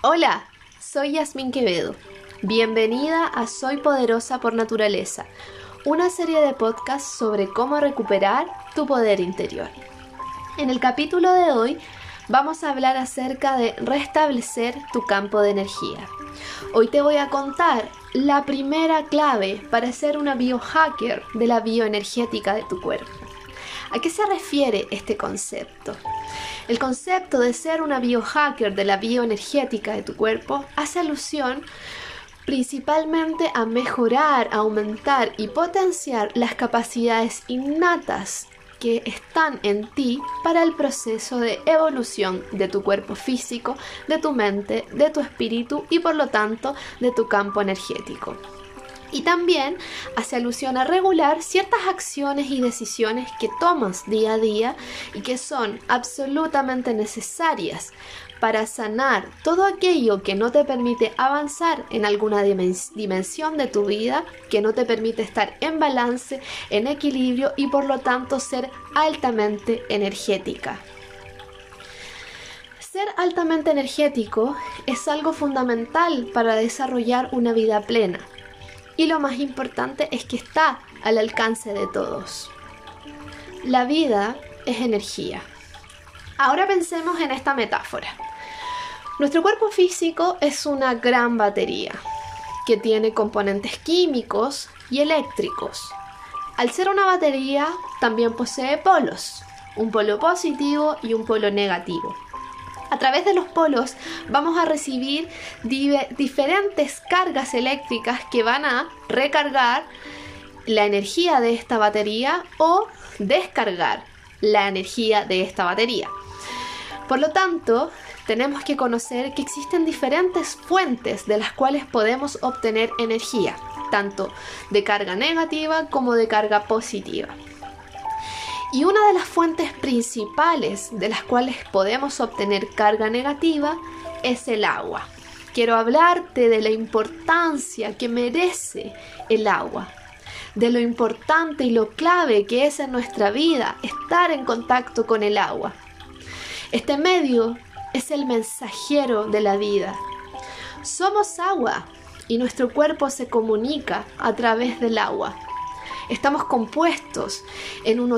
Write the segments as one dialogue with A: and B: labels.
A: Hola, soy Yasmín Quevedo. Bienvenida a Soy Poderosa por Naturaleza, una serie de podcasts sobre cómo recuperar tu poder interior. En el capítulo de hoy vamos a hablar acerca de restablecer tu campo de energía. Hoy te voy a contar la primera clave para ser una biohacker de la bioenergética de tu cuerpo. ¿A qué se refiere este concepto? El concepto de ser una biohacker de la bioenergética de tu cuerpo hace alusión principalmente a mejorar, aumentar y potenciar las capacidades innatas que están en ti para el proceso de evolución de tu cuerpo físico, de tu mente, de tu espíritu y por lo tanto de tu campo energético. Y también hace alusión a regular ciertas acciones y decisiones que tomas día a día y que son absolutamente necesarias para sanar todo aquello que no te permite avanzar en alguna dimensión de tu vida, que no te permite estar en balance, en equilibrio y por lo tanto ser altamente energética. Ser altamente energético es algo fundamental para desarrollar una vida plena. Y lo más importante es que está al alcance de todos. La vida es energía. Ahora pensemos en esta metáfora. Nuestro cuerpo físico es una gran batería que tiene componentes químicos y eléctricos. Al ser una batería, también posee polos, un polo positivo y un polo negativo. A través de los polos vamos a recibir diferentes cargas eléctricas que van a recargar la energía de esta batería o descargar la energía de esta batería. Por lo tanto, tenemos que conocer que existen diferentes fuentes de las cuales podemos obtener energía, tanto de carga negativa como de carga positiva. Y una de las fuentes principales de las cuales podemos obtener carga negativa es el agua. Quiero hablarte de la importancia que merece el agua, de lo importante y lo clave que es en nuestra vida estar en contacto con el agua. Este medio es el mensajero de la vida. Somos agua y nuestro cuerpo se comunica a través del agua. Estamos compuestos en un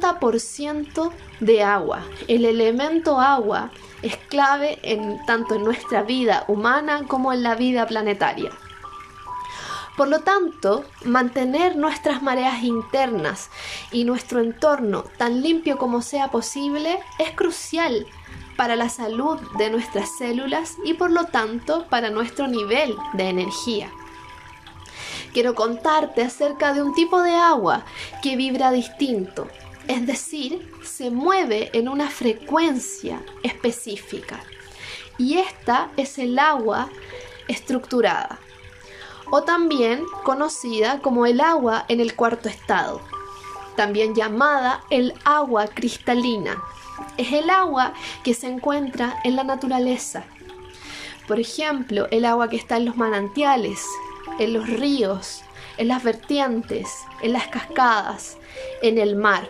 A: 80% de agua. El elemento agua es clave tanto en nuestra vida humana como en la vida planetaria. Por lo tanto, mantener nuestras mareas internas y nuestro entorno tan limpio como sea posible es crucial para la salud de nuestras células y por lo tanto para nuestro nivel de energía. Quiero contarte acerca de un tipo de agua que vibra distinto, es decir, se mueve en una frecuencia específica. Y esta es el agua estructurada, o también conocida como el agua en el cuarto estado, también llamada el agua cristalina. Es el agua que se encuentra en la naturaleza. Por ejemplo, el agua que está en los manantiales, en los ríos, en las vertientes, en las cascadas, en el mar.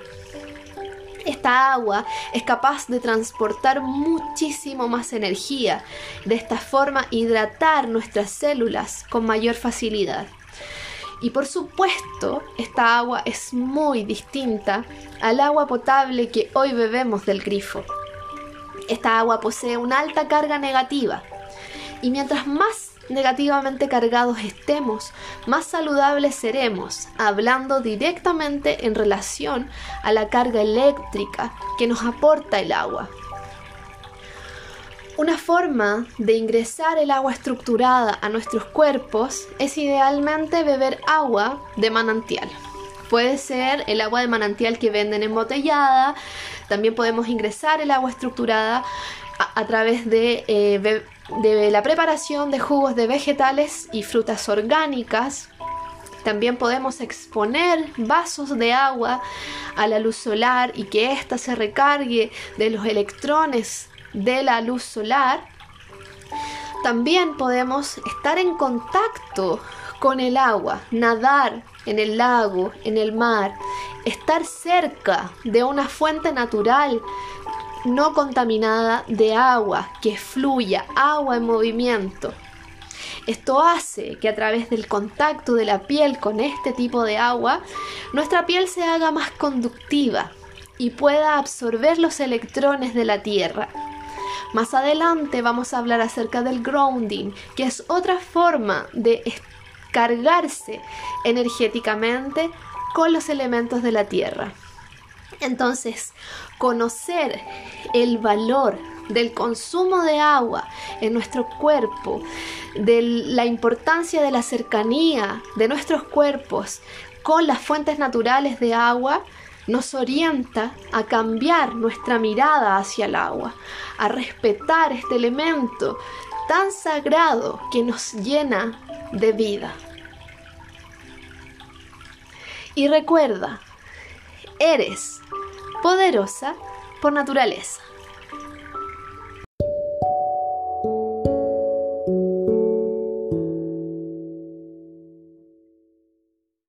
A: Esta agua es capaz de transportar muchísimo más energía, de esta forma hidratar nuestras células con mayor facilidad. Y por supuesto, esta agua es muy distinta al agua potable que hoy bebemos del grifo. Esta agua posee una alta carga negativa y mientras más negativamente cargados estemos, más saludables seremos, hablando directamente en relación a la carga eléctrica que nos aporta el agua. Una forma de ingresar el agua estructurada a nuestros cuerpos es idealmente beber agua de manantial. Puede ser el agua de manantial que venden embotellada, también podemos ingresar el agua estructurada a través de la preparación de jugos de vegetales y frutas orgánicas. También podemos exponer vasos de agua a la luz solar y que ésta se recargue de los electrones de la luz solar. También podemos estar en contacto con el agua, nadar en el lago, en el mar, estar cerca de una fuente natural no contaminada de agua, que fluya, agua en movimiento. Esto hace que a través del contacto de la piel con este tipo de agua, nuestra piel se haga más conductiva y pueda absorber los electrones de la tierra. Más adelante vamos a hablar acerca del grounding, que es otra forma de cargarse energéticamente con los elementos de la tierra. Entonces, conocer el valor del consumo de agua en nuestro cuerpo, de la importancia de la cercanía de nuestros cuerpos con las fuentes naturales de agua, nos orienta a cambiar nuestra mirada hacia el agua, a respetar este elemento tan sagrado que nos llena de vida. Y recuerda, eres poderosa por naturaleza.